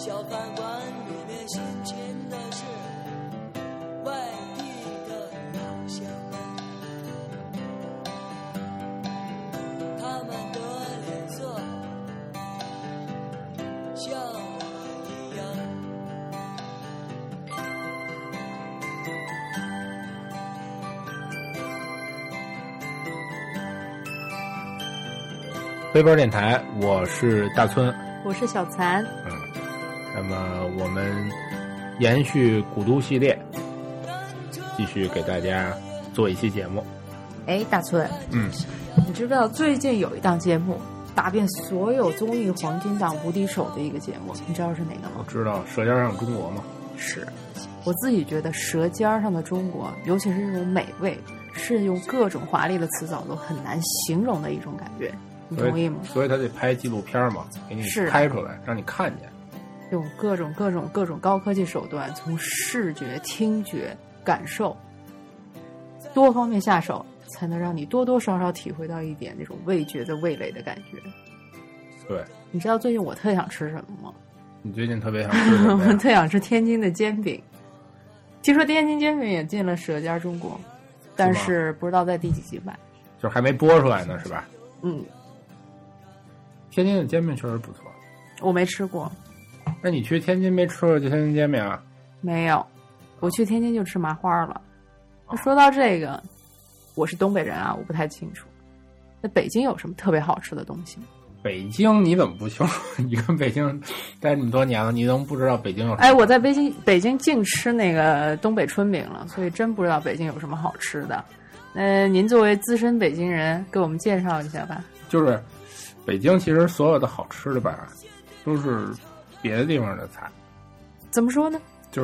小饭馆里面新鲜的是外地的老乡们，他们的脸色像我一样。 背包电台，我是大村， 我是小残。 那么我们延续古都系列，继续给大家做一期节目。 哎，大村，你知不知道最近有一档节目打遍所有综艺黄金档无敌手的一个节目，你知道是哪个吗？ 我知道《舌尖上的中国》嘛。 是，我自己觉得《舌尖上的中国》，尤其是这种美味，是用各种华丽的词藻都很难形容的一种感觉。你同意吗？ 所以他得拍纪录片嘛，给你拍出来，让你看见。 用各种高科技手段，从视觉、听觉、感受多方面下手，才能让你多多少少体会到一点那种味觉的味蕾的感觉。 对， 你知道最近我特想吃什么吗？ 你最近特别想吃什么呀？ 我特想吃天津的煎饼。听说天津煎饼也进了《舌尖中国》，但是不知道在第几集卖， 就是还没播出来呢，是吧？天津的煎饼确实不错， 我没吃过。 那你去天津没吃过天津煎饼啊？ 没有，我去天津就吃麻花了。说到这个，我是东北人啊，我不太清楚。那北京有什么特别好吃的东西吗？ 北京你怎么不清楚？你跟北京待这么多年了，你怎么不知道北京有什么？ 哎，我在北京净吃那个东北春饼了，所以真不知道北京有什么好吃的。您作为资深北京人，给我们介绍一下吧。 就是北京其实所有的好吃的吧，都是别的地方的菜。 怎么说呢？就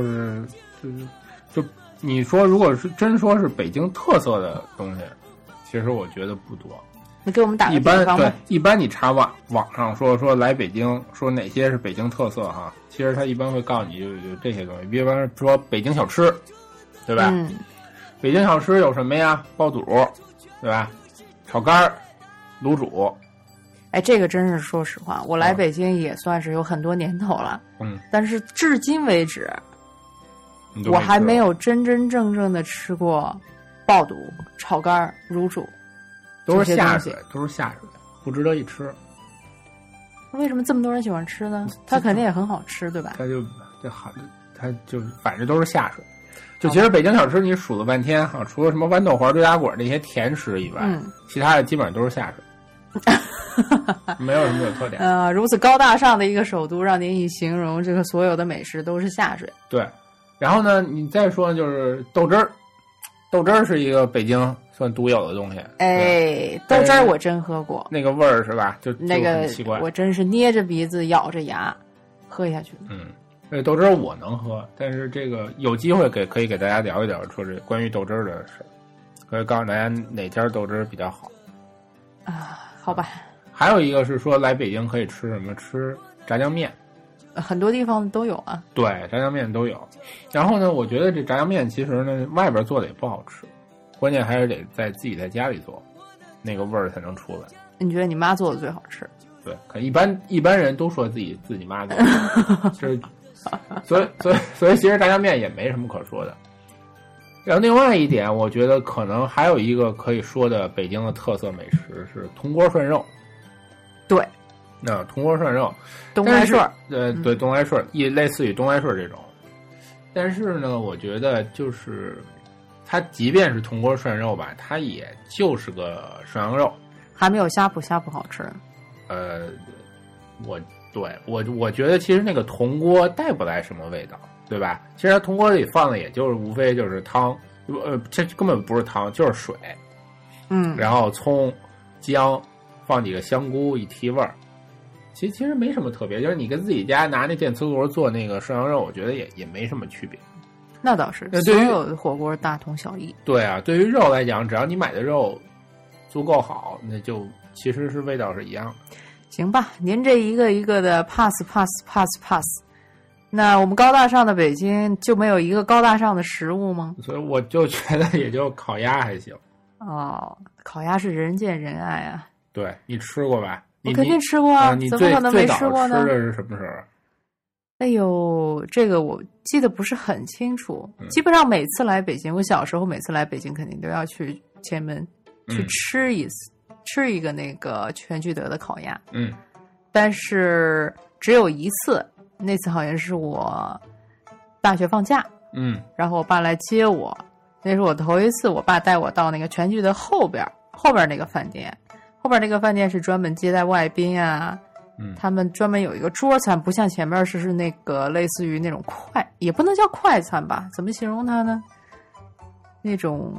你说，如果是真说是北京特色的东西，其实我觉得不多。 你给我们打个比方吧。 对，一般你查网上说来北京，说哪些是北京特色哈，其实他一般会告诉你就这些东西。比方说北京小吃，对吧？北京小吃有什么呀？爆肚，对吧？炒肝、卤煮。 哎，这个真是说实话，我来北京也算是有很多年头了，但是至今为止，我还没有真真正正的吃过爆肚、炒肝、卤煮， 都是下水，不值得一吃。 为什么这么多人喜欢吃呢？它肯定也很好吃，对吧？ 它就反正都是下水。就其实北京小吃你数了半天哈，除了什么豌豆黄、对打滚这些甜食以外，其他的基本上都是下水。没有什么有特点。 如此高大上的一个首都，让您一形容，这个所有的美食都是下水。 对，然后呢，你再说就是豆汁儿，豆汁儿是一个北京算独有的东西。 哎，豆汁儿我真喝过， 那个味儿是吧？就那个很奇怪， 我真是捏着鼻子咬着牙喝下去。 豆汁儿我能喝，但是这个有机会可以给大家聊一聊，说这关于豆汁儿的事，可以告诉大家哪家豆汁儿比较好啊？好吧。 还有一个是说来北京可以吃什么？吃炸酱面， 很多地方都有啊。 对，炸酱面都有。然后呢，我觉得这炸酱面其实呢，外边做的也不好吃，关键还是得自己在家里做，那个味儿才能出来。 你觉得你妈做的最好吃？ 对，可一般人都说自己妈做的，就是所以其实炸酱面也没什么可说的。然后另外一点，我觉得可能还有一个可以说的北京的特色美食是铜锅涮肉。 对， 那铜锅涮肉， 东来顺， 对，东来顺也类似于东来顺这种。但是呢，我觉得就是它即便是铜锅涮肉吧，它也就是个涮羊肉， 还没有呷哺好吃。 我觉得其实那个铜锅带不来什么味道，对吧？其实它铜锅里放的也就是无非就是汤，这根本不是汤，就是水。然后葱、姜。放几个香菇一提味儿，其实没什么特别，就是你跟自己家拿那电磁炉做那个涮羊肉，我觉得也没什么区别。 那倒是，所有的火锅大同小异。 对啊，对于肉来讲，只要你买的肉足够好，那就其实是味道是一样的。 行吧，您这一个一个的 pass， 那我们高大上的北京就没有一个高大上的食物吗？ 所以我就觉得也就烤鸭还行。 烤鸭是人见人爱啊。 对，你吃过吧？ 我肯定吃过啊，怎么可能没吃过呢？ 你最早吃的是什么时候？ 哎呦，这个我记得不是很清楚。基本上每次来北京，我小时候每次来北京肯定都要去前门去吃一个那个全聚德的烤鸭。但是只有一次，那次好像是我大学放假。然后我爸来接我，那是我头一次，我爸带我到那个全聚德后边那个饭店，后边那个饭店是专门接待外宾啊。他们专门有一个桌餐，不像前面是那个类似于那种也不能叫快餐吧？怎么形容它呢？那种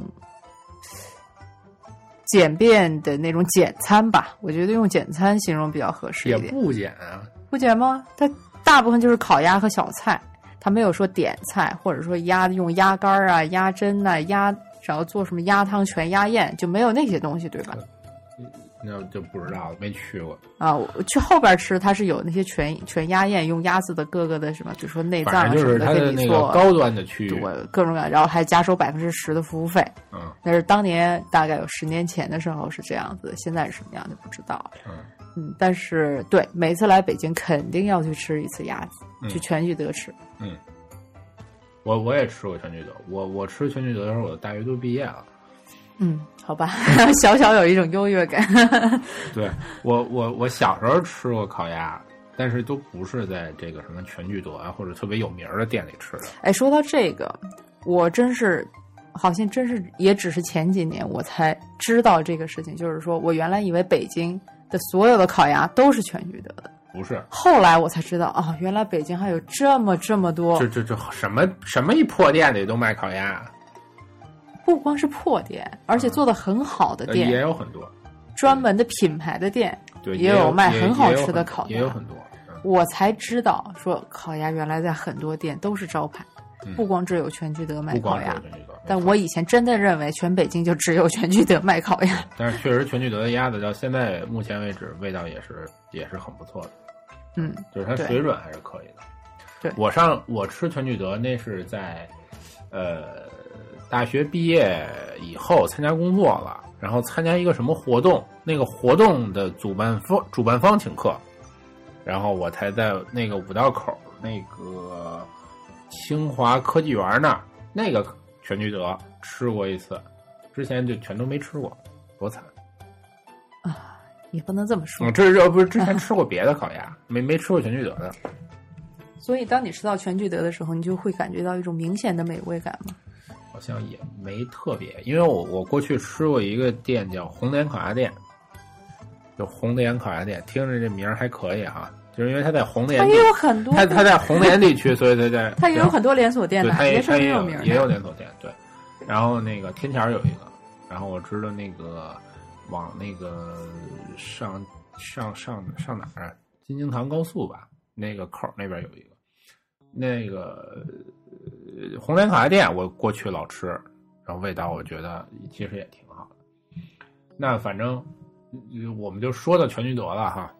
简便的那种简餐吧，我觉得用简餐形容比较合适一点。 也不简啊， 不简吗？它大部分就是烤鸭和小菜，它没有说点菜，或者说用鸭肝啊、鸭胗啊、然后做什么鸭汤、全鸭宴，就没有那些东西，对吧？ 那就不知道了，没去过啊。我去后边吃，它是有那些全鸭宴，用鸭子的各个的什么，比如说内脏什么的，给你做高端的区域， 各种各样，然后还加收10%的服务费。那是当年大概有10年前的时候是这样子，现在是什么样就不知道了。但是对，每次来北京肯定要去吃一次鸭子，去全聚德吃。 我也吃过全聚德，我吃全聚德的时候，我大学都毕业了。 好吧，小小有一种优越感。 对，我小时候吃过烤鸭，但是都不是在这个什么全聚德啊或者特别有名的店里吃的。 哎，说到这个，我好像真是也只是前几年我才知道这个事情，就是说我原来以为北京的所有的烤鸭都是全聚德的， 不是。后来我才知道啊，原来北京还有这么多。 这什么一破店里都卖烤鸭。 不光是破店，而且做的很好的店， 也有很多专门的品牌的店， 对， 也有卖很好吃的烤鸭， 也有很多。 我才知道说烤鸭原来在很多店都是招牌，不光只有全聚德卖烤鸭。但我以前真的认为全北京就只有全聚德卖烤鸭。 但是确实全聚德的鸭子到现在目前为止味道也是很不错的。就是它水准还是可以的。 对， 我吃全聚德那是在大学毕业以后参加工作了，然后参加一个什么活动，那个活动的主办方请客，然后我才在那个五道口那个清华科技园那儿那个全聚德吃过一次，之前就全都没吃过，多惨啊！也不能这么说。 这不是之前吃过别的烤鸭，没吃过全聚德的。 所以当你吃到全聚德的时候，你就会感觉到一种明显的美味感吗？ 好像也没特别，因为我过去吃过一个店叫红莲烤鸭店，就红莲烤鸭店，听着这名还可以哈，就是因为它在红莲， 它也有很多， 它在红莲地区，所以它也有很多连锁店的， 它也有名， 也有连锁店，对。然后那个天桥有一个，然后我知道那个往那个上哪儿啊？金京塘高速吧，那个口那边有一个，那个红莲烤鸭店我过去老吃，然后味道我觉得其实也挺好的。那反正我们就说到全聚德了哈。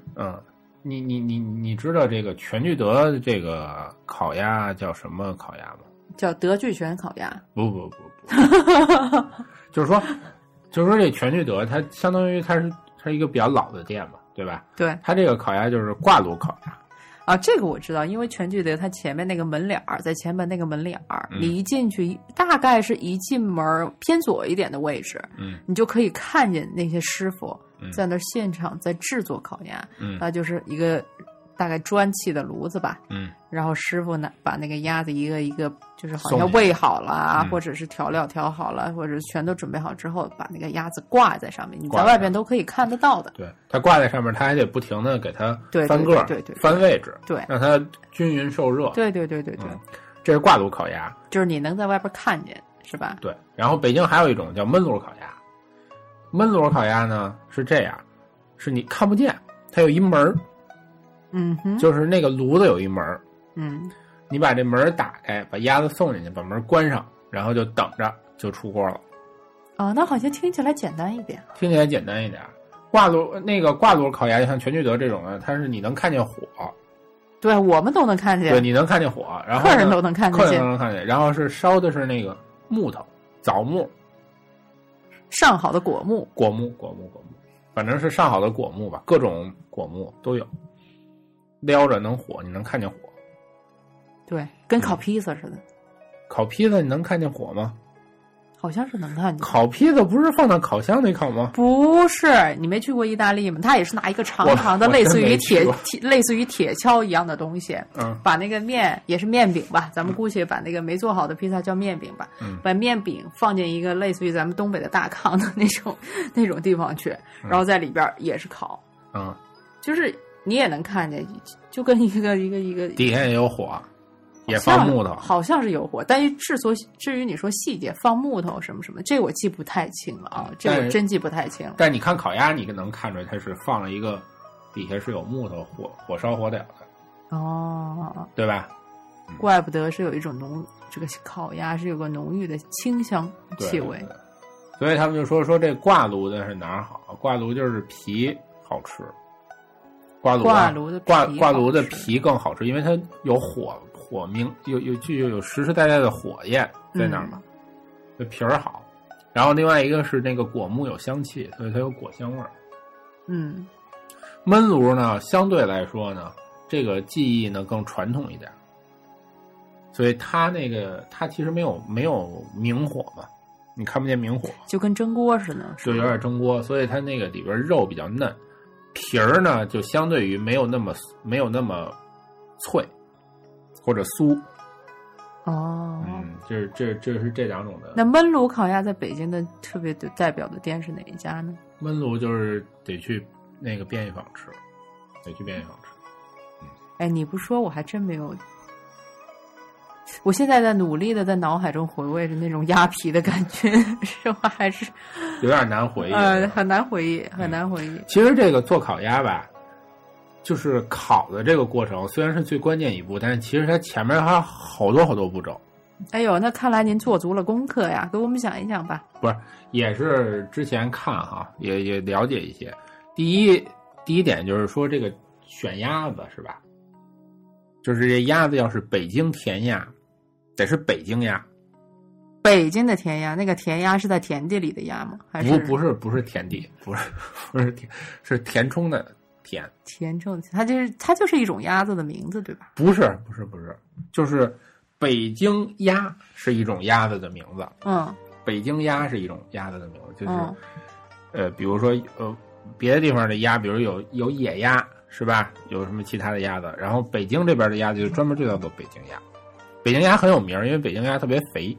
你知道这个全聚德的这个烤鸭叫什么烤鸭吗？ 叫德聚全烤鸭。 不就是说这全聚德它相当于它是一个比较老的店嘛，对吧？ 对， 它这个烤鸭就是挂炉烤鸭。 啊，这个我知道，因为全聚德它前面那个门脸儿，在前门那个门脸儿，你一进去，大概是一进门偏左一点的位置，你就可以看见那些师傅在那现场在制作烤鸭，那就是一个大概砖砌的炉子吧，然后师傅呢把那个鸭子一个一个就是好像喂好了，或者是调料调好了，或者是全都准备好之后，把那个鸭子挂在上面，你在外边都可以看得到的。 对，它挂在上面，它还得不停的给它翻个， 对， 翻位置， 对， 让它均匀受热。 对， 这是挂炉烤鸭， 就是你能在外边看见，是吧？ 对。然后北京还有一种叫焖炉烤鸭，焖炉烤鸭呢是这样，是你看不见，它有一门，就是那个炉子有一门，你把这门打开，把鸭子送进去，把门关上，然后就等着就出锅了。 哦，那好像听起来简单一点。 听起来简单一点。挂炉烤鸭，像全聚德这种呢，它是你能看见火。 对，我们都能看见。 对，你能看见火，然后客人都能看见。 客人都能看见，然后是烧的是那个木头，枣木， 上好的果木， 反正是上好的果木吧，各种果木都有，撩着能火，你能看见火。 对，跟烤披萨似的。 烤披萨你能看见火吗？ 好像是能看见。 烤披萨不是放到烤箱里烤吗？ 不是，你没去过意大利吗？他也是拿一个长长的类似于铁锹一样的东西，把那个面也是面饼吧，咱们姑且把那个没做好的披萨叫面饼吧，把面饼放进一个类似于咱们东北的大炕的那种地方去，然后在里边也是烤，就是你也能看见，就跟一个底下也有火。也放木头， 好像是有火，但是至于你说细节放木头什么什么，这我记不太清了啊，这我真记不太清了。 但你看烤鸭，你能看出来它是放了一个底下是有木头火烧火燎的，对吧？ 怪不得是有一种这个烤鸭是有个浓郁的清香气味， 对，所以他们就说这挂炉的是哪儿好？挂炉就是皮好吃，挂炉的皮更好吃，因为它有火明有实实在在的火焰在那儿嘛，这皮儿好。然后另外一个是那个果木有香气，所以它有果香味儿。焖炉呢，相对来说呢，这个技艺呢更传统一点，所以它其实没有明火嘛，你看不见明火， 就跟蒸锅似的， 就有点蒸锅，所以它那个里边肉比较嫩，皮儿呢就相对于没有那么脆。或者酥，这是这两种的。 那焖炉烤鸭在北京的特别代表的店是哪一家呢？ 焖炉就是得去那个便宜坊吃， 哎，你不说我还真没有。我现在在努力的在脑海中回味着那种鸭皮的感觉，实话还是有点难回忆， 很难回忆。 其实这个做烤鸭吧。就是烤的这个过程虽然是最关键一步，但是其实它前面还有好多步骤。 哎呦，那看来您做足了功课呀，给我们讲一讲吧。 不是，也是之前看哈，也了解一些。第一点就是说这个选鸭子是吧？就是这鸭子要是北京甜鸭，得是北京鸭。 北京的甜鸭，那个甜鸭是在田地里的鸭吗？还是不是田地，不是田，是填充的。 填充，它就是一种鸭子的名字，对吧？ 不是，就是北京鸭是一种鸭子的名字。北京鸭是一种鸭子的名字，就是比如说别的地方的鸭，比如有野鸭是吧？有什么其他的鸭子，然后北京这边的鸭子就专门就叫做北京鸭。北京鸭很有名，因为北京鸭特别肥。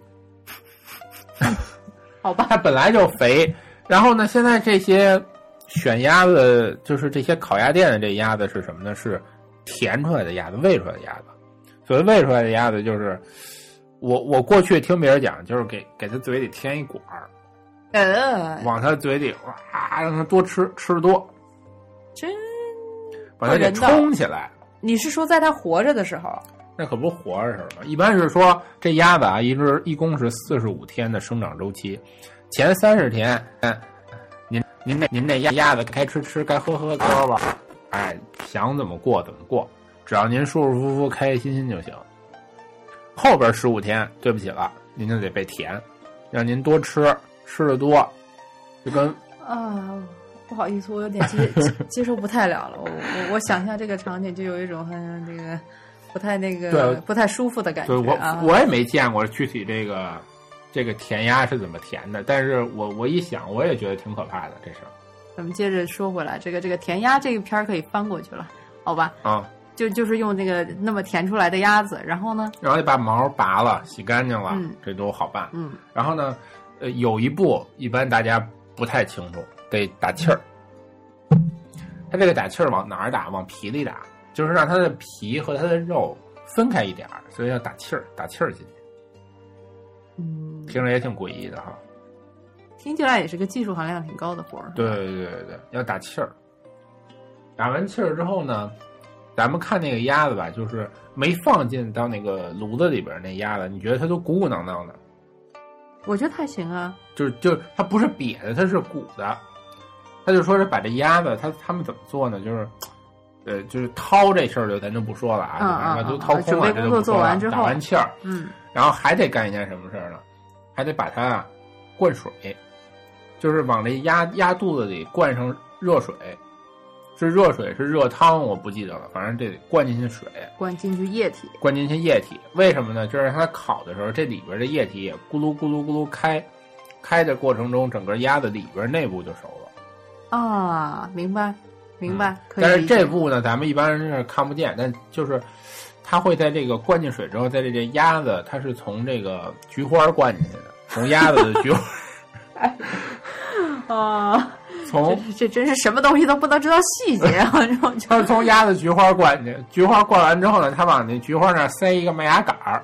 好吧， 它本来就肥，然后呢，现在这些。选鸭子就是这些烤鸭店的这鸭子是什么呢？是填出来的鸭子，喂出来的鸭子。所谓喂出来的鸭子，就是我过去听别人讲，就是给他嘴里添一管儿，往他嘴里哇，让他多吃得多， 真把他给冲起来。 你是说在他活着的时候？ 那可不是活着时候吗？一般是说这鸭子啊，一共是45天的生长周期，前30天。您这鸭子该吃该喝吧，哎，想怎么过怎么过，只要您舒舒服服开开心心就行。后边15天，对不起了，您就得被填，让您多吃的多，就跟不好意思，我有点接受不太了。我想象这个场景就有一种很这个不太不太舒服的感觉。 对，我也没见过具体这个填鸭是怎么填的，但是我一想，我也觉得挺可怕的这事儿。 咱们接着说回来，这个填鸭这个片儿可以翻过去了，好吧？就是用那个那么填出来的鸭子，然后呢？ 然后你把毛拔了，洗干净了，这都好办。然后呢，有一步一般大家不太清楚，得打气儿。它这个打气儿往哪儿打？往皮里打，就是让它的皮和它的肉分开一点，所以要打气儿进去。听着也挺诡异的哈， 听起来也是个技术含量挺高的活儿。 对，要打气儿。打完气儿之后呢，咱们看那个鸭子吧，就是没放进到那个炉子里边那鸭子，你觉得它都鼓鼓囊囊的？ 我觉得还行啊， 就是它不是瘪的，它是鼓的。他就说是把这鸭子，他们怎么做呢？就是掏这事儿咱就不说了啊，都掏空了，这就不说了。打完气儿，然后还得干一件什么事儿呢？还得把它灌水，就是往这鸭肚子里灌上热水， 是热水是热汤我不记得了，反正这得灌进去水， 灌进去液体， 为什么呢？就是它烤的时候，这里边的液体也咕噜咕噜咕噜开的过程中，整个鸭子里边内部就熟了。 啊，明白。 但是这步呢，咱们一般人是看不见，但就是它会在这个灌进水之后，在这鸭子它是从这个菊花灌进去的，从鸭子的菊花。 啊，这真是什么东西都不能知道细节啊！ 他是从鸭子菊花灌去，菊花灌完之后呢，他往那菊花那塞一个麦芽杆儿。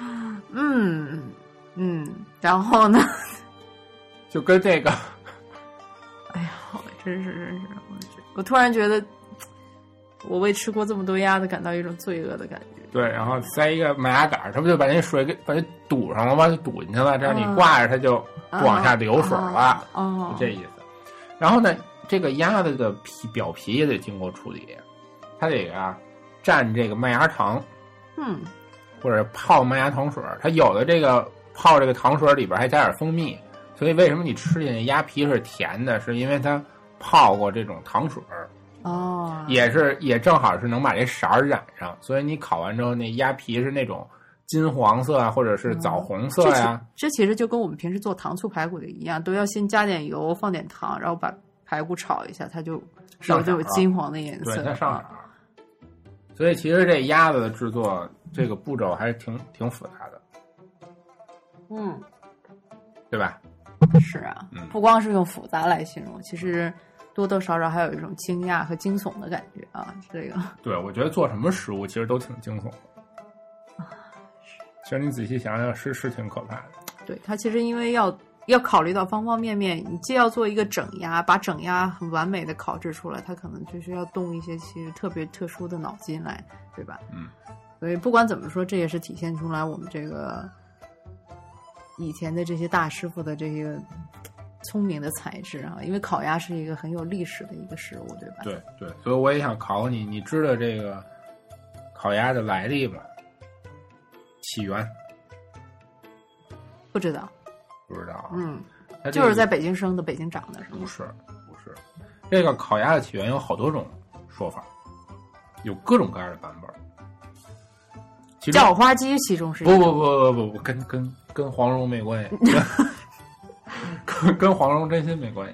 然后呢， 就跟这个， 哎呀，真是，我突然觉得，我为吃过这么多鸭子感到一种罪恶的感觉。 对，然后塞一个麦芽杆儿，他不就把那水把它堵上了吗？就堵进去了，这样你挂着它就不往下流水了。就这意思。然后呢，这个鸭子的表皮也得经过处理，它得蘸这个麦芽糖，或者泡麦芽糖水。它有的这个泡这个糖水里边还加点蜂蜜，所以为什么你吃进去鸭皮是甜的，是因为它泡过这种糖水。也正好是能把这色儿染上，所以你烤完之后，那鸭皮是那种金黄色啊，或者是枣红色呀。 这其实就跟我们平时做糖醋排骨的一样，都要先加点油，放点糖，然后把排骨炒一下，它就有金黄的颜色。 对，它上色。所以其实这鸭子的制作这个步骤还是挺复杂的。对吧？ 是啊，不光是用复杂来形容，其实多多少少还有一种惊讶和惊悚的感觉啊！这个， 对，我觉得做什么食物其实都挺惊悚的。其实你仔细想想，是挺可怕的。 对，它其实因为要考虑到方方面面，你既要做一个整鸭，把整鸭很完美的烤制出来，它可能就是要动一些其实特别特殊的脑筋来，对吧？所以不管怎么说，这也是体现出来我们这个以前的这些大师傅的这个聪明的才智啊，因为烤鸭是一个很有历史的一个食物，对吧？ 对，所以我也想考你，你知道这个烤鸭的来历吗？起源？ 不知道。 它就是在北京生的，北京长的，是吗？ 不是，这个烤鸭的起源有好多种说法，有各种各样的版本。 叫花鸡其中是一不，跟黄蓉没关系。跟黄蓉真心没关系，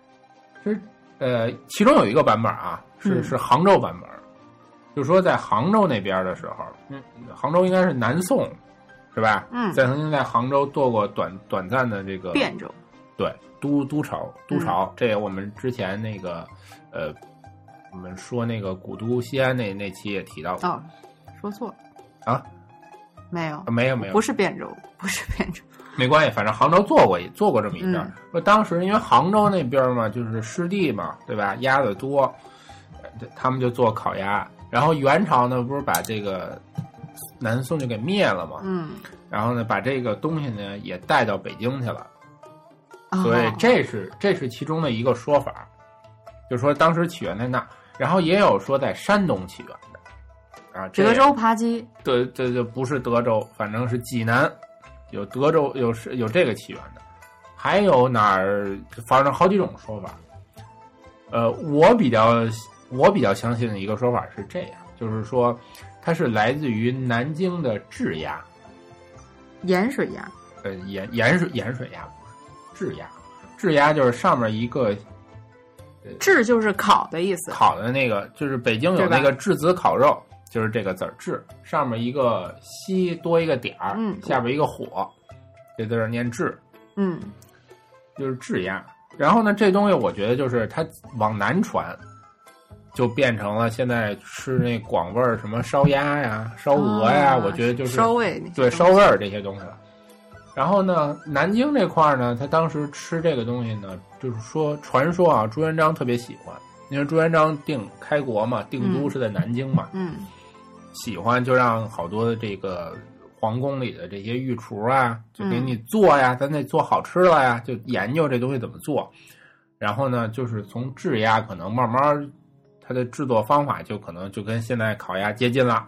其中有一个版本是杭州版本，就是说在杭州那边的时候，杭州应该是南宋，是吧？曾经在杭州做过短暂的这个汴州，对， 都朝，这个我们之前那个我们说那个古都西安那期也提到过。 说错了啊？ 没有， 不是汴州。 没关系，反正杭州做过这么一阵。说当时因为杭州那边嘛，就是湿地嘛，对吧？鸭子多，他们就做烤鸭。然后元朝呢，不是把这个南宋就给灭了嘛？然后呢，把这个东西呢也带到北京去了。所以这是其中的一个说法，就说当时起源在那，然后也有说在山东起源的。 德州扒鸡。 对，这就不是德州，反正是济南。有德州有这个起源的，还有哪儿？反正好几种说法。我比较相信的一个说法是这样，就是说它是来自于南京的制鸭， 盐水鸭。 盐水鸭不是制鸭，制鸭就是上面一个制就是烤的意思， 烤的那个就是北京有那个质子烤肉。就是这个字儿制，上面一个西多一个点儿，下边一个火，这字儿念制，就是制鸭。然后呢，这东西我觉得就是它往南传，就变成了现在吃那广味儿什么烧鸭呀、烧鹅呀，我觉得就是烧味， 对烧味儿这些东西了。然后呢，南京这块儿呢，他当时吃这个东西呢，就是说传说朱元璋特别喜欢，因为朱元璋开国嘛，定都是在南京嘛，喜欢就让好多的这个皇宫里的这些御厨就给你做呀，咱得做好吃了呀，就研究这东西怎么做。然后呢，就是从制鸭可能慢慢它的制作方法就可能就跟现在烤鸭接近了。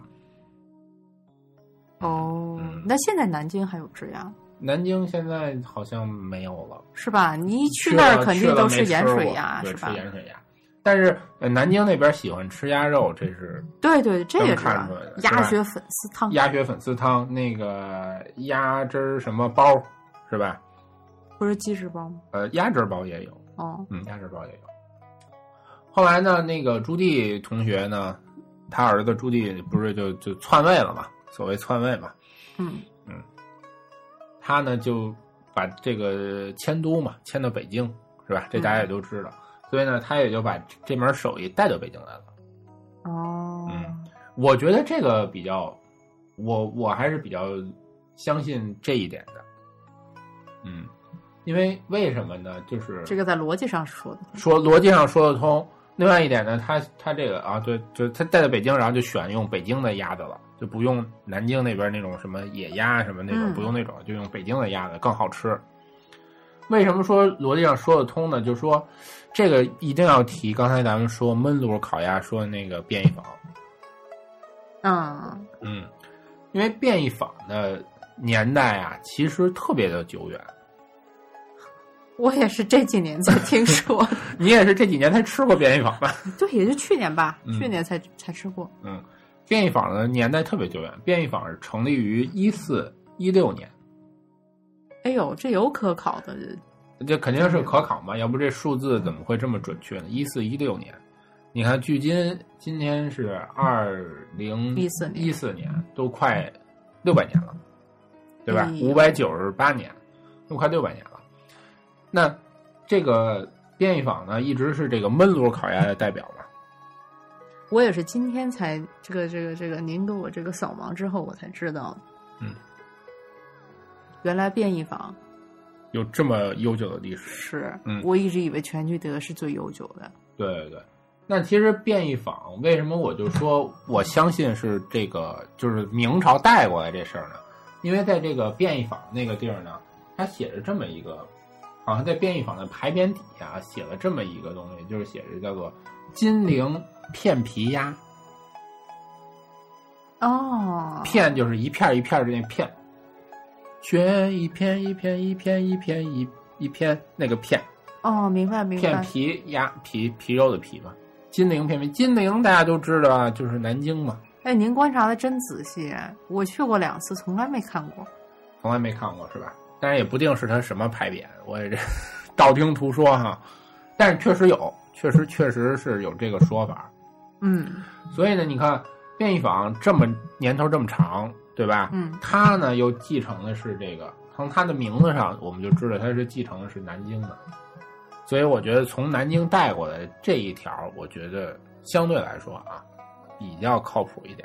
那现在南京还有制鸭？ 南京现在好像没有了， 是吧？你一去那儿肯定都是盐水鸭，是吧？ 吃盐水鸭。 但是南京那边喜欢吃鸭肉，这是对，这个看出来的。 鸭血粉丝汤， 鸭血粉丝汤，那个鸭汁什么包是吧？ 不是鸡汁包吗？ 鸭汁包也有。 哦， 鸭汁包也有。后来呢，那个朱棣同学呢，他儿子朱棣不是就篡位了嘛？所谓篡位嘛。他呢就把这个迁都嘛，迁到北京，是吧？这大家也都知道。所以呢，他也就把这门手艺带到北京来了。 哦， 我觉得这个比较，我还是比较相信这一点的。因为什么呢？就是这个在逻辑上说的， 逻辑上说得通。另外一点呢，他这个啊，对，就他带到北京，然后就选用北京的鸭子了，就不用南京那边那种什么野鸭什么那种，不用那种，就用北京的鸭子更好吃。为什么说逻辑上说得通呢？就是说，这个一定要提。刚才咱们说焖炉烤鸭，说那个便宜坊，因为便宜坊的年代啊，其实特别的久远。 我也是这几年才听说。 你也是这几年才吃过便宜坊吧？ 对，也是去年吧，去年才吃过。 便宜坊的年代特别久远，便宜坊是成立于1416年。 哎呦，这有可考的， 这肯定是可考嘛，要不这数字怎么会这么准确呢？1416年，你看，距今天是2014年，都快600年了，对吧？598年，都快600年了。那这个便宜坊呢，一直是这个焖炉烤鸭的代表嘛。 我也是今天才这个，您给我这个扫盲之后，我才知道。原来便宜坊有这么悠久的历史。 是，我一直以为全聚德是最悠久的。 对。那其实便宜坊为什么我就说我相信是这个就是明朝带过来这事儿呢？因为在这个便宜坊那个地儿呢，它写着这么一个，好像在便宜坊的牌匾底下写了这么一个东西，就是写着叫做金陵片皮鸭。 哦， 片就是一片一片的那片，选一片一片一片一片一片那个片。 哦，明白。 片皮鸭皮肉的皮嘛。金陵片皮，金陵大家都知道啊，就是南京嘛。 哎，您观察的真仔细，我去过2次，从来没看过。 从来没看过是吧？但是也不定是它什么牌匾，我也这道听途说哈。但是确实有，确实是有这个说法。所以呢，你看便宜坊这么年头这么长，对吧？它呢又继承的是这个，从它的名字上我们就知道它是继承的是南京的。所以我觉得从南京带过来这一条，我觉得相对来说啊，比较靠谱一点。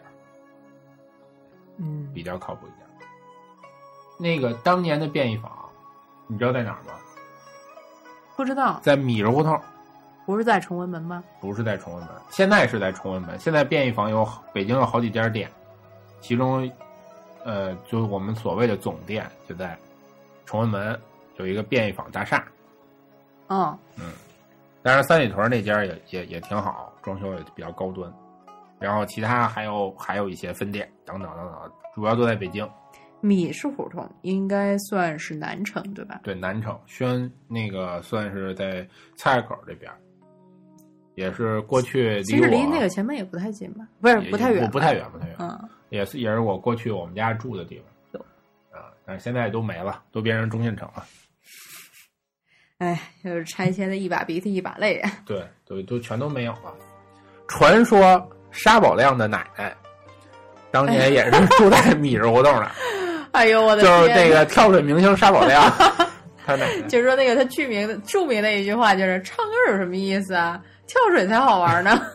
比较靠谱一点。那个当年的便宜坊，你知道在哪儿吗？ 不知道。在米人胡同。 不是在崇文门吗？ 不是在崇文门，现在是在崇文门。现在便宜坊北京有好几家店，其中就是我们所谓的总店就在崇文门有一个便宜坊大厦。当然三里屯那家也挺好，装修也比较高端。然后其他还有一些分店等等，主要都在北京。 米市胡同应该算是南城对吧？ 对，南城宣那个算是在菜市口这边，也是过去其实离那个前门也不太近吧？不是，不太远。也是我过去我们家住的地方。但是现在都没了，都变成中信城了。 哎，就是拆迁的一把鼻涕一把泪啊！ 对，都全都没有了。传说沙宝亮的奶奶当年也是住在米市胡同的。 哎呦我的天！ 就是这个跳水明星沙宝亮，他奶奶就是说那个他著名的一句话就是唱歌有什么意思啊？跳水才好玩呢。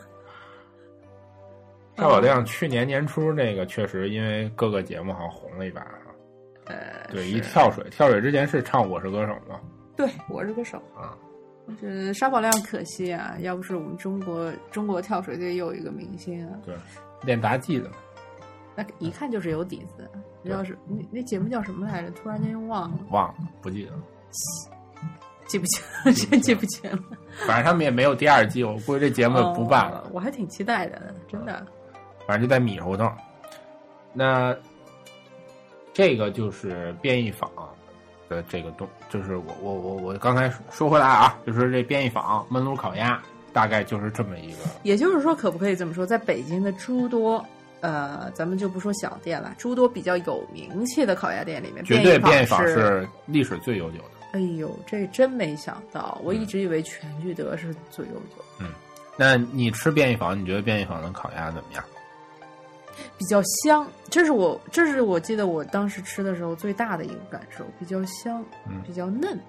沙宝亮去年年初那个确实因为各个节目好像红了一把。对，一跳水之前是唱《我是歌手》吗？ 对，我是歌手啊。这沙宝亮可惜啊，要不是我们中国跳水队又有一个明星啊。 对，练杂技的嘛。 那一看就是有底子。要是那节目叫什么来着？突然间又忘了， 不记得了， 记不清了，真记不清了。 反正他们也没有第2季，我估计这节目不办了。 我还挺期待的，真的。 反正就在米胡同。那这个就是便宜坊的这个就是我刚才说回来啊，就是这便宜坊焖炉烤鸭， 大概就是这么一个。 也就是说，可不可以这么说，在北京的诸多咱们就不说小店了，诸多比较有名气的烤鸭店里面， 绝对便宜坊是历史最悠久的。 哎呦，这真没想到，我一直以为全聚德是最悠久。 那你吃便宜坊，你觉得便宜坊的烤鸭怎么样？ 比较香，这是我记得我当时吃的时候最大的一个感受，比较香，比较嫩。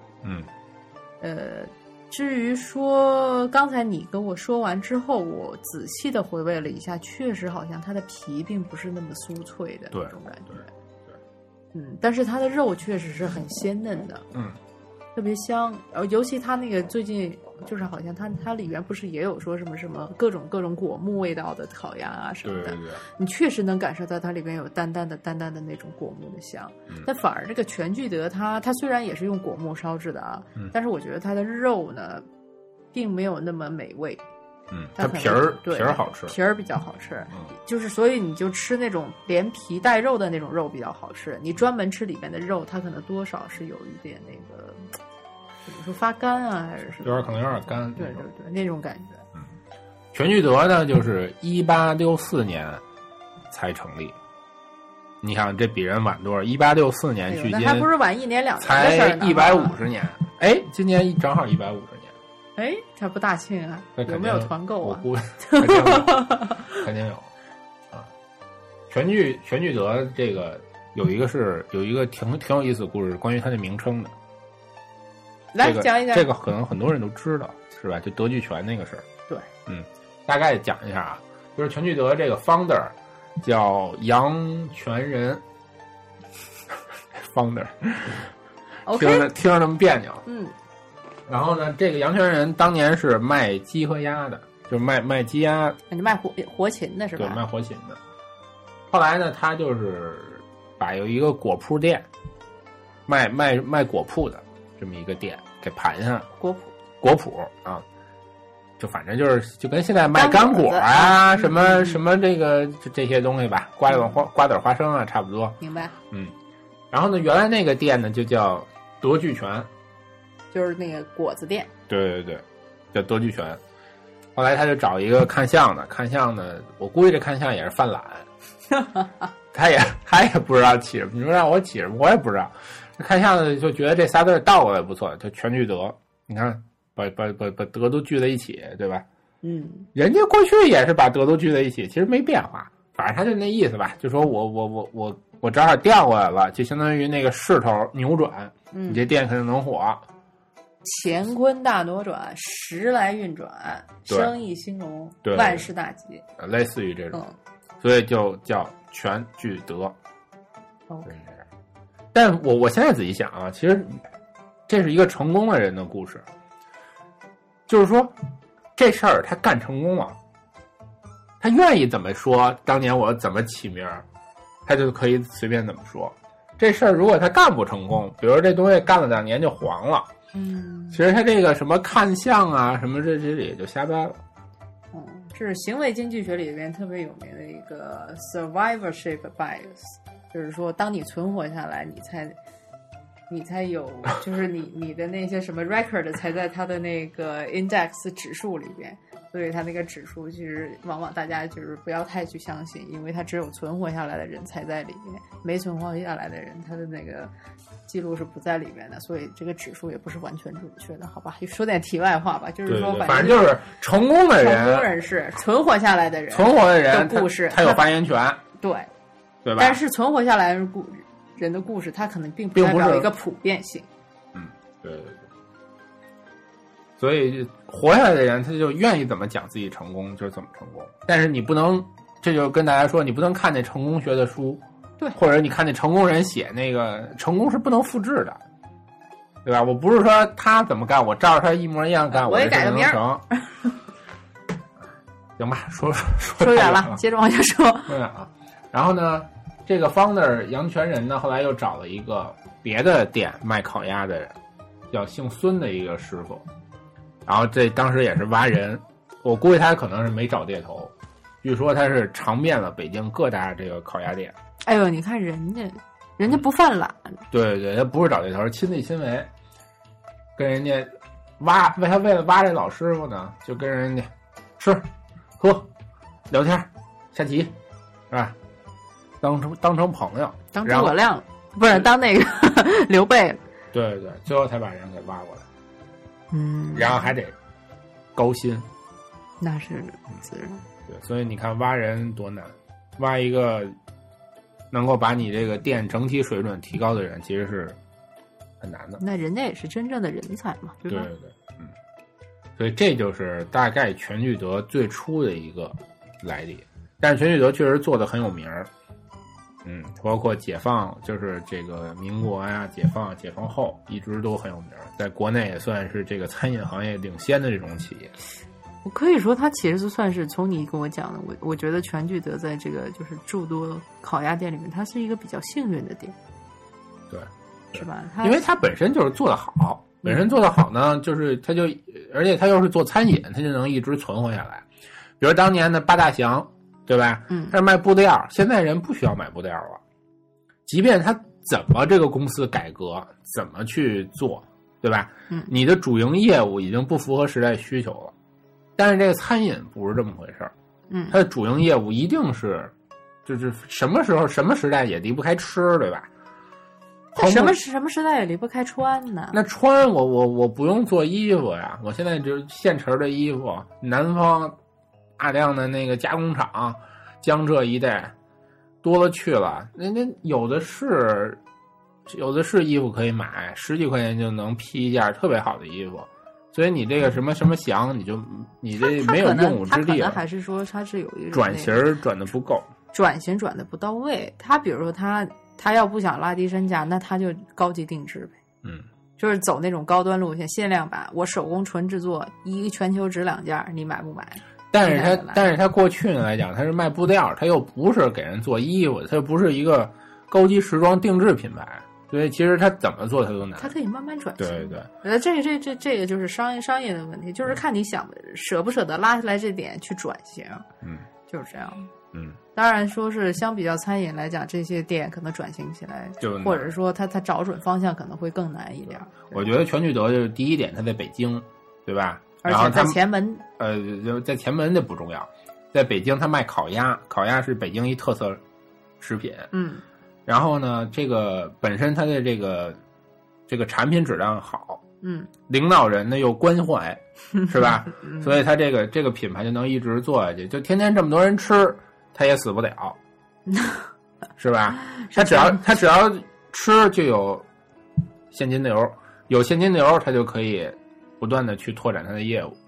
至于说刚才你跟我说完之后，我仔细的回味了一下，确实好像它的皮并不是那么酥脆的那种感觉。对，但是它的肉确实是很鲜嫩的，特别香。尤其它那个最近就是好像它里面不是也有说什么各种果木味道的烤鸭啊什么的， 对， 你确实能感受到它里面有淡淡的那种果木的香。但反而这个全聚德它虽然也是用果木烧制的啊，但是我觉得它的肉呢并没有那么美味。 它皮儿好吃， 皮儿比较好吃，就是所以你就吃那种连皮带肉的那种肉比较好吃。你专门吃里面的肉，它可能多少是有一点那个怎么说发干啊，还是什么？ 可能有点干。 对，那种感觉。 全聚德呢，就是1864年才成立。你看这比人晚多少？1864年距今， 那还不是晚1年2年的事儿呢，才150年。哎，今年正好150年。 哎，这不大庆啊？有没有团购啊？ 我估肯定有啊。全聚德这个有一个挺有意思的故事，关于它的名称的。 来讲一讲。 这个可能很多人都知道，是吧？就德聚全那个事儿。 对， 大概讲一下啊，就是全聚德这个 founder 叫杨全仁，founder， 听着那么别扭，然后呢，这个杨全仁当年是卖鸡和鸭的，就是卖鸡鸭， 你卖活禽的是吧？ 对，卖活禽的。后来呢，他就是把有一个果铺店，卖果铺的这么一个店给盘下了。果铺啊，就反正就跟现在卖干果啊，什么这些东西吧，瓜子花生啊，差不多。 明白。 然后呢，原来那个店呢就叫德聚全。 就是那个果子店， 对，叫德聚全。后来他就找一个看相的，我估计这看相也是犯懒，他也不知道起什么，你说让我起什么，我也不知道。看相的就觉得这仨字倒过来不错，就全聚德。你看，把德都聚在一起，对吧？人家过去也是把德都聚在一起，其实没变化，反正他就那意思吧，就说我正好调过来了，就相当于那个势头扭转，你这店肯定能火。 乾坤大挪转，时来运转，生意兴隆，万事大吉， 类似于这种，所以就叫全聚德。但我现在仔细想啊，其实这是一个成功的人的故事，就是说这事儿他干成功了，他愿意怎么说，当年我怎么起名，他就可以随便怎么说。这事儿如果他干不成功，比如这东西干了2年就黄了。其实他这个什么看相啊，什么这也就瞎掰了。 这是行为经济学里边特别有名的一个 survivorship bias， 就是说，当你存活下来，你才有，就是你的那些什么 record 才在它的那个 index 指数里边。所以它那个指数其实往往大家就是不要太去相信，因为它只有存活下来的人才在里面，没存活下来的人他的那个记录是不在里面的，所以这个指数也不是完全准确的，好吧？说点题外话吧，就是说反正就是成功的人， 成功人士，存活下来的人， 存活的人的故事， 他有发言权， 对吧？ 但是存活下来的人的故事，它可能并不代表一个普遍性。 对。所以活下来的人，他就愿意怎么讲自己成功就是怎么成功。但是你不能，这就跟大家说，你不能看那成功学的书， 对， 或者你看那成功人写那个成功是不能复制的，对吧？我不是说他怎么干，我照着他一模一样干， 我也改个名成。行吧，说远了，接着往下说。 对啊，然后呢，这个 founder 杨全仁呢，后来又找了一个别的店卖烤鸭的人，叫姓孙的一个师傅。然后这当时也是挖人，我估计他可能是没找猎头，据说他是尝遍了北京各大这个烤鸭店。 哎呦，你看人家不犯懒。 对，他不是找猎头，是亲力亲为，跟人家为了挖这老师傅呢，就跟人家吃喝聊天下棋，是吧？当成朋友， 当诸葛亮不是当那个刘备。 对，最后才把人给挖过来。然后还得高薪， 那是自然。 对，所以你看挖人多难，挖一个能够把你这个店整体水准提高的人，其实是很难的。 那人家也是真正的人才嘛，对吧？ 对，所以这就是大概全聚德最初的一个来历。但是全聚德确实做的很有名儿，包括解放，就是这个民国呀、解放后一直都很有名儿，在国内也算是这个餐饮行业领先的这种企业。 我可以说，它其实算是从你跟我讲的，我觉得全聚德在这个就是诸多烤鸭店里面，它是一个比较幸运的店， 对， 是吧？ 因为它本身就是做得好，本身做得好呢，就是它就，而且它又是做餐饮，它就能一直存活下来。比如当年的八大祥，对吧？它是卖布料，现在人不需要买布料了，即便它怎么这个公司改革，怎么去做，对吧？你的主营业务已经不符合时代需求了。但是这个餐饮不是这么回事儿，它的主营业务一定是，就是什么时候什么时代也离不开吃，对吧？ 什么时代也离不开穿呢？ 那穿我不用做衣服呀，我现在就现成的衣服，南方大量的那个加工厂，江浙一带多了去了，那有的是衣服可以买，10几块钱就能批一件特别好的衣服。所以你这个什么祥，你这没有用武之地。他可能还是说他是有一种转型转的不够， 转型转的不到位。他比如说他要不想拉低身价，那他就高级定制呗。就是走那种高端路线，限量版，我手工纯制作，一全球只2件，你买不买？ 但是他过去来讲，他是卖布料，他又不是给人做衣服，他又不是一个高级时装定制品牌。所以其实他怎么做他都难， 他可以慢慢转型。 对， 这个就是商业的问题，就是看你舍不舍得拉下来这点去转型。就是这样。当然说是相比较餐饮来讲，这些店可能转型起来，或者说他找准方向可能会更难一点。 我觉得全聚德就是第一点，他在北京，对吧？ 而且在前门。 在前门这不重要，在北京他卖烤鸭，烤鸭是北京一特色食品。然后呢，这个本身它的这个产品质量好，领导人呢又关怀，是吧？所以它这个品牌就能一直做下去，就天天这么多人吃，它也死不了，是吧？它只要吃就有现金流，有现金流，它就可以不断的去拓展它的业务。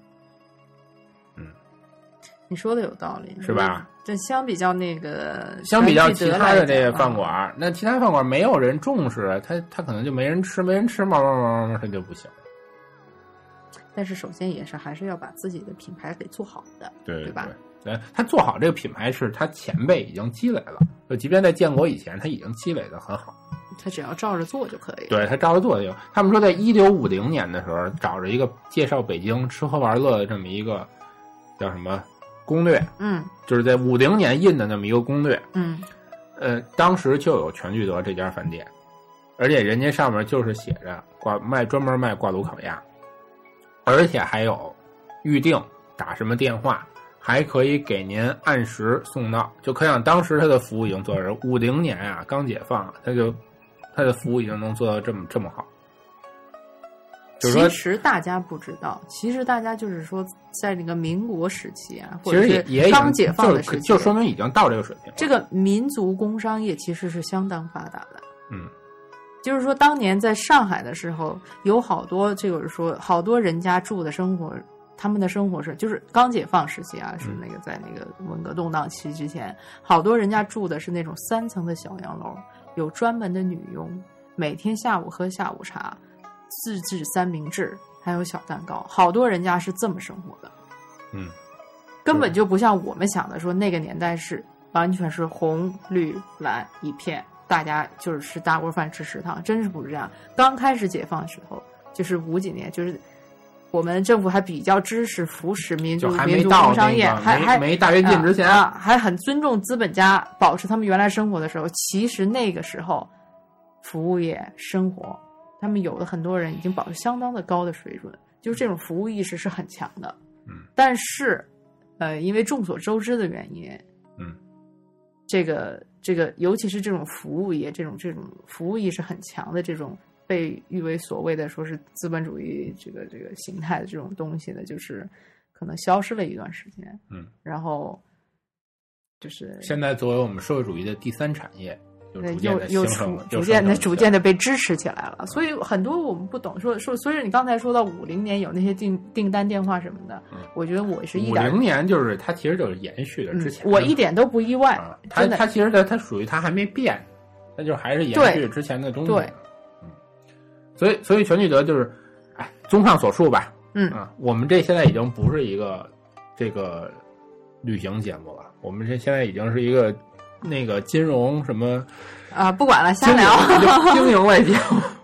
你说的有道理， 是吧？ 这相比较其他的这个饭馆，那其他饭馆没有人重视，他可能就没人吃，慢慢他就不行。 但是首先还是要把自己的品牌给做好的，对吧？ 对，他做好这个品牌是他前辈已经积累了，就即便在建国以前，他已经积累的很好。 他只要照着做就可以。 对，他照着做就行。他们说在1950年的时候，找着一个介绍北京吃喝玩乐的这么一个叫什么攻略，就是在50年印的那么一个攻略，当时就有全聚德这家饭店，而且人家上面就是写着专门卖挂炉烤鸭，而且还有预定打什么电话，还可以给您按时送到，就可想当时他的服务已经做到50年啊，刚解放，他的服务已经能做到这么好。 其实大家不知道，其实大家就是说，在那个民国时期啊，或者是刚解放的时期， 就说明已经到这个水平了。 这个民族工商业其实是相当发达的。就是说，当年在上海的时候，有好多就是说，好多人家住的生活，他们的生活是就是刚解放时期啊，是那个在那个文革动荡期之前，好多人家住的是那种3层的小洋楼，有专门的女佣，每天下午喝下午茶。自制三明治，还有小蛋糕，好多人家是这么生活的。根本就不像我们想的说那个年代是完全是红绿蓝一片，大家就是吃大锅饭吃食堂，真是不是这样。刚开始解放的时候，就是50几年，就是我们政府还比较支持扶持民族工商业， 还没大跃进之前还很尊重资本家，保持他们原来生活的时候，其实那个时候服务业生活。他们有的很多人已经保持相当的高的水准， 就是这种服务意识是很强的。但是因为众所周知的原因，这个尤其是这种服务业，这种服务意识很强的这种被誉为所谓的说是资本主义这个形态的这种东西呢，就是可能消失了一段时间。然后就是现在作为我们社会主义的第三产业， 逐渐的被支持起来了。所以很多我们不懂说，所以你刚才说到50年有那些订单电话什么的，我觉得我是一点 50年就是它其实就是延续的之前， 我一点都不意外。 它其实它属于它还没变，它就还是延续之前的东西。对，所以全聚德就是，综上所述吧，我们这现在已经不是一个这个旅行节目了，我们这现在已经是一个那个金融什么不管了，瞎聊经营类节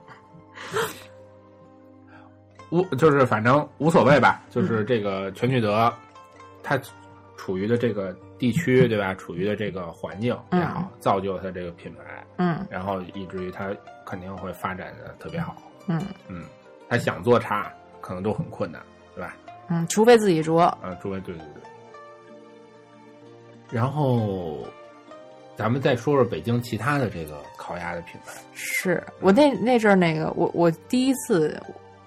目，就是反正无所谓吧，就是这个全聚德，它处于的这个地区，对吧？处于的这个环境也好，造就它这个品牌，然后以至于它肯定会发展的特别好，他想做差，可能都很困难，对吧？ 除非自己做， 除非对。然后，咱们再说说北京其他的这个烤鸭的品牌。 是我那阵儿那个，我第一次，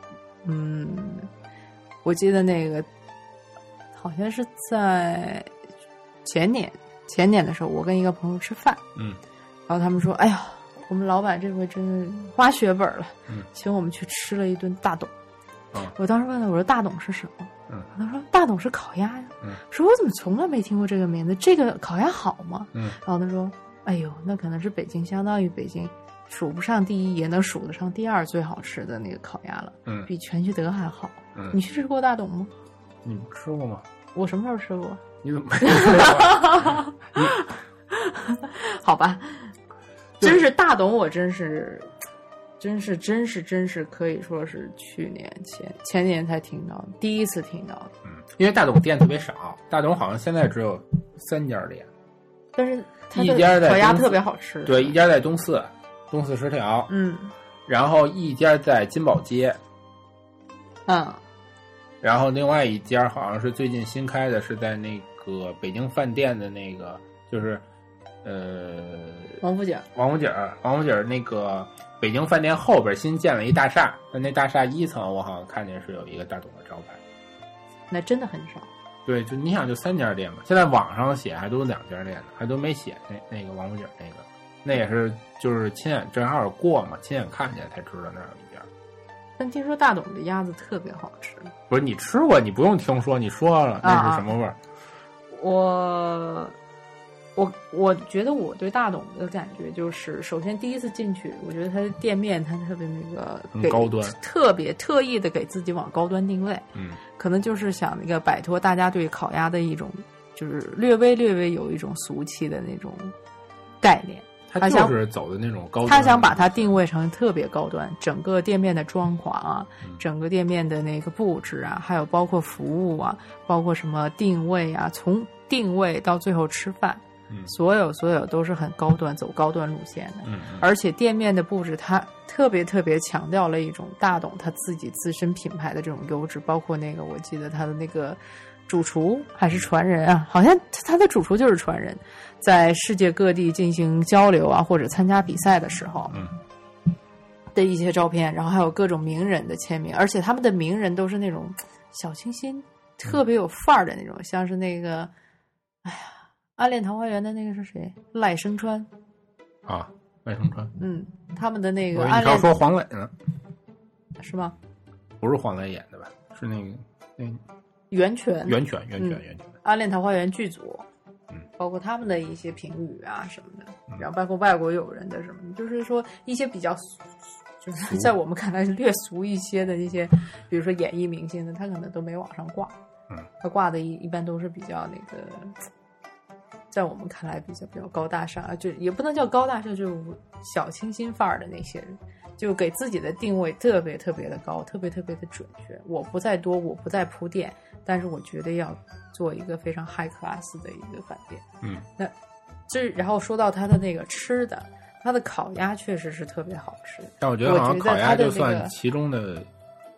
我记得那个好像是在前年的时候，我跟一个朋友吃饭，然后他们说：“哎呀，我们老板这回真是花血本了，请我们去吃了一顿大董。”我当时问他，我说：“大董是什么？”他说：“大董是烤鸭呀。”说：“我怎么从来没听过这个名字？这个烤鸭好吗？”然后他说：“哎呦，那可能是北京相当于北京数不上第一，也能数得上第二最好吃的那个烤鸭了，比全聚德还好。你去吃过大董吗？ 你吃过吗？ 我什么时候吃过？ 你怎么没吃过？ 好吧，真是大董，我真是可以说是去年前年才听到的，第一次听到的。 因为大董店特别少，大董好像现在只有3家店， 但是它一家在烤鸭特别好吃。 对，一家在东四十条，然后一家在金宝街，然后另外一家好像是最近新开的，是在那个北京饭店的那个，就是王府井那个北京饭店后边新建了一大厦，那大厦1层我好像看见是有一个大董的招牌， 那真的很少。 对，就你想就3家店嘛，现在网上写还都2家店呢，还都没写那个王府井那也是就是亲眼正好过嘛，亲眼看见才知道那有一家。 但听说大董的鸭子特别好吃。 不是你吃过，你不用听说，你说了那是什么味儿？ 我觉得我对大董的感觉就是，首先第一次进去，我觉得它的店面它特别那个高端， 特别特意的给自己往高端定位，可能就是想那个摆脱大家对烤鸭的一种就是略微有一种俗气的那种概念。 他就是走的那种高端， 他想把它定位成特别高端，整个店面的装潢啊，整个店面的那个布置啊，还有包括服务啊，包括什么定位啊，从定位到最后吃饭，所有都是很高端，走高端路线的。而且店面的布置，它特别强调了一种大董他自己自身品牌的这种优质，包括那个我记得他的那个主厨还是传人啊，好像他的主厨就是传人，在世界各地进行交流啊，或者参加比赛的时候，的一些照片，然后还有各种名人的签名，而且他们的名人都是那种小清新、特别有范儿的那种，像是那个，哎呀，暗恋桃花源的那个是谁？赖声川啊，赖声川， 他们的那个， 我以为你刚说黄磊呢， 是吗？ 不是黄磊演的吧？是那个袁泉，暗恋桃花源剧组，包括他们的一些评语啊什么的，然后包括外国友人的什么，就是说一些比较，就是在我们看来是略俗一些的一些，比如说演艺明星的，他可能都没往上挂，他挂的一般都是比较那个，在我们看来比较高大上，就也不能叫高大上，就是小清新范儿的那些人。就给自己的定位特别的高，特别的准确。我不再多，我不再铺垫，但是我觉得要做一个非常 high class 的一个饭店。那这然后说到它的那个吃的，它的烤鸭确实是特别好吃。 但我觉得好像烤鸭就算其中的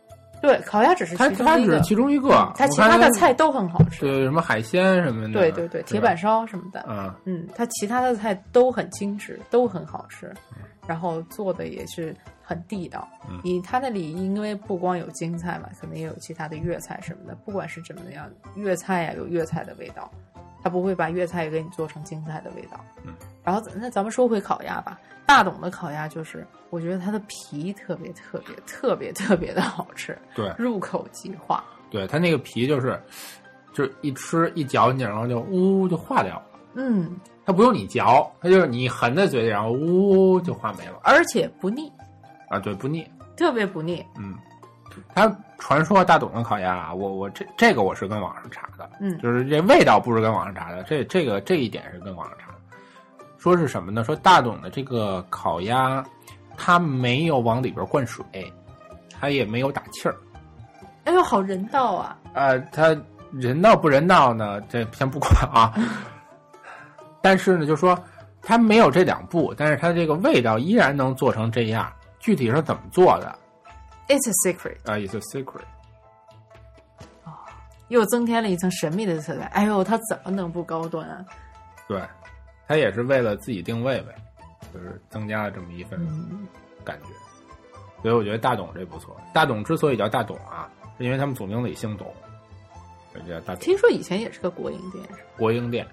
对，烤鸭只是它只是其中一个， 它其他的菜都很好吃。 对，什么海鲜什么的。 对对对，铁板烧什么的。它其他的菜都很精致，都很好吃，然后做的也是很地道。它那里因为不光有京菜嘛，可能也有其他的粤菜什么的。不管是怎么样，粤菜呀有粤菜的味道，它不会把粤菜给你做成京菜的味道。然后那咱们说回烤鸭吧。大董的烤鸭就是我觉得它的皮特别的好吃， 对， 入口即化。 对，它那个皮就是一吃一嚼进去，然后就就化掉了。它不用你嚼，它就是你含在嘴里，然后就化没了， 而且不腻啊，对，不腻， 特别不腻。 它传说大董的烤鸭啊，我这个我是跟网上查的，就是这味道不是跟网上查的，这一点是跟网上查的。说是什么呢？说大董的这个烤鸭，它没有往里边灌水，它也没有打气儿。 哎呦，好人道啊！ 它人道不人道呢？这先不管啊。但是呢，就说它没有这两步，但是它这个味道依然能做成这样。具体是怎么做的 ？It's a secret. It's a secret. 又增添了一层神秘的色彩。哎呦，它怎么能不高端啊？ 对。他也是为了自己定位呗，就是增加了这么一份感觉，所以我觉得大董这不错。大董之所以叫大董啊，是因为他们总经理姓董，叫大董。 听说以前也是个国营店，是吧？ 国营店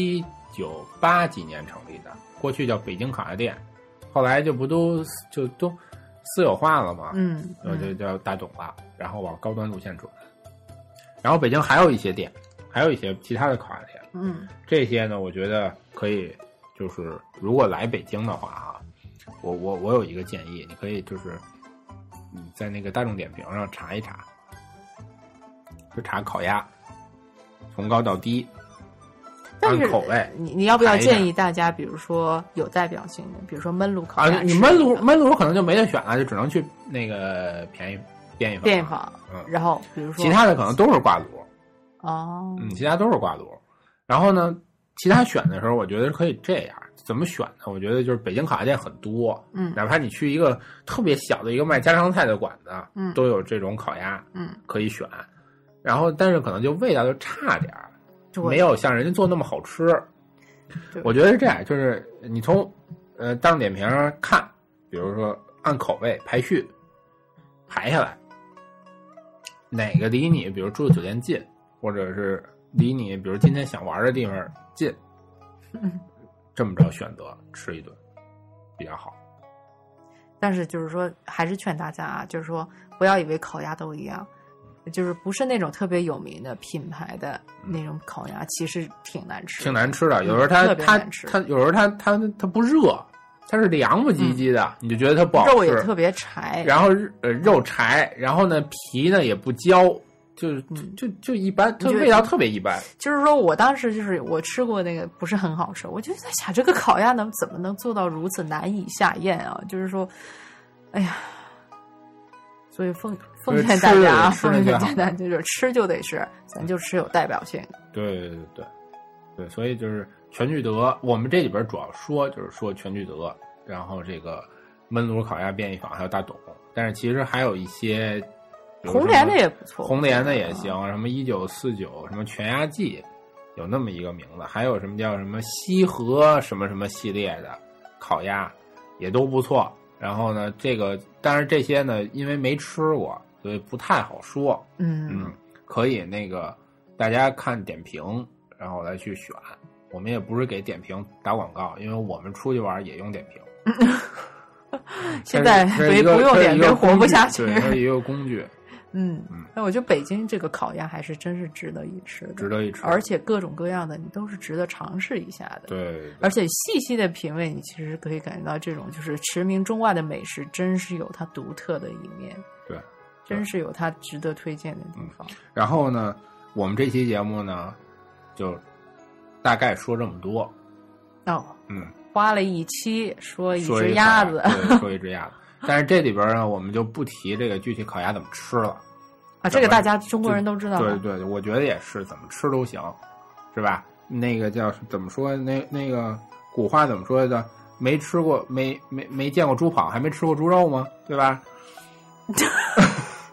，1980几年成立的，过去叫北京烤鸭店，后来就不都私有化了嘛，然后就叫大董了，然后往高端路线转。然后北京还有一些店，还有一些其他的烤鸭店。这些呢，我觉得可以，就是如果来北京的话啊，我有一个建议，你可以就是你在那个大众点评上查一查，就查烤鸭，从高到低，按口味。 你要不要建议大家，比如说有代表性的，比如说焖炉烤鸭？ 你焖炉可能就没得选了，就只能去那个便宜坊。 然后比如说其他的可能都是挂炉。其他都是挂炉。然后呢，其他选的时候，我觉得可以这样，怎么选呢？我觉得就是北京烤鸭店很多，哪怕你去一个特别小的一个卖家常菜的馆子，都有这种烤鸭，可以选。然后，但是可能就味道就差点儿，没有像人家做那么好吃。我觉得是这样，就是你从大众点评上看，比如说按口味排序排下来，哪个离你比如住的酒店近，或者是离你比如今天想玩的地方近，这么着选择吃一顿比较好。 但是就是说还是劝大家啊，就是说不要以为烤鸭都一样，就是不是那种特别有名的品牌的那种烤鸭，其实挺难吃的。有时候它有时候它不热，它是凉不唧唧的，你就觉得它不好吃。 肉也特别柴， 然后肉柴，然后呢皮呢也不焦。就一般，它味道特别一般。 就是说我当时就是我吃过那个不是很好吃，我就在想这个烤鸭怎么能做到如此难以下咽啊？就是说，哎呀，所以奉劝大家，就是吃就得是，咱就吃有代表性的。 对，所以就是全聚德，我们这里边主要就是说全聚德，然后这个焖炉烤鸭便宜坊还有大董，但是其实还有一些。 红莲的也不错， 红莲的也行，什么1949，什么全鸭记，有那么一个名字，还有什么叫什么西河什么什么系列的烤鸭，也都不错。然后呢，但是这些呢，因为没吃过，所以不太好说。可以那个大家看点评，然后来去选。我们也不是给点评打广告，因为我们出去玩也用点评。 现在不用点评活不下去， 对，它一个工具。 那我觉得北京这个烤鸭还是真是值得一吃的，而且各种各样的你都是值得尝试一下的。 对， 而且细细的品味，你其实可以感觉到这种就是驰名中外的美食，真是有它独特的一面。 对， 真是有它值得推荐的地方。 然后呢，我们这期节目呢，就大概说这么多。 花了一期说一只鸭子， 说一只鸭子。但是这里边呢，我们就不提这个具体烤鸭怎么吃了啊，这个大家中国人都知道。 对，我觉得也是，怎么吃都行，是吧？那个叫怎么说？那个古话怎么说的？没吃过没见过猪跑，还没吃过猪肉吗？对吧？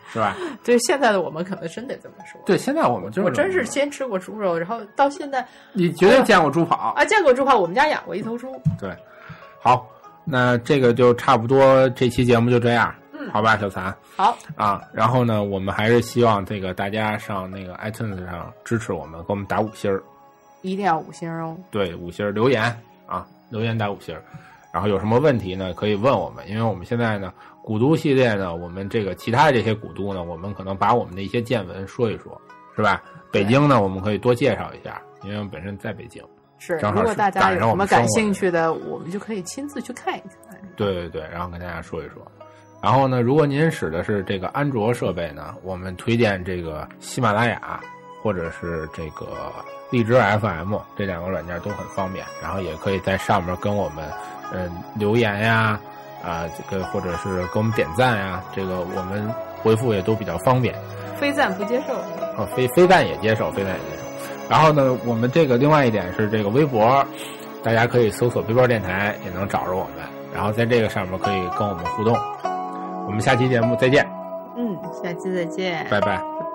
是吧？ 对，现在的我们可能真得这么说。 对，现在我们就是我真是先吃过猪肉，然后到现在你绝对见过猪跑啊？见过猪跑，我们家养过一头猪。 对，好，那这个就差不多，这期节目就这样。好吧，小残。 好啊，然后呢，我们还是希望这个大家上那个 iTunes 上支持我们，给我们打5星， 一定要5星哦。 对，5星留言啊，留言打5星。然后有什么问题呢，可以问我们，因为我们现在呢，古都系列呢，我们这个其他的这些古都呢，我们可能把我们的一些见闻说一说，是吧？北京呢，我们可以多介绍一下，因为我们本身在北京。 是，如果大家有什么感兴趣的，我们就可以亲自去看一看。 对对对，然后跟大家说一说。然后呢，如果您使的是这个安卓设备呢，我们推荐这个喜马拉雅或者是这个荔枝 FM 这2个软件都很方便，然后也可以在上面跟我们留言呀这个或者是给我们点赞呀，这个我们回复也都比较方便。 非赞不接受非赞也接受，非赞也接受。然后呢，我们这个另外一点是这个微博，大家可以搜索背包电台也能找着我们，然后在这个上面可以跟我们互动。我们下期节目再见。 下期再见， 拜拜。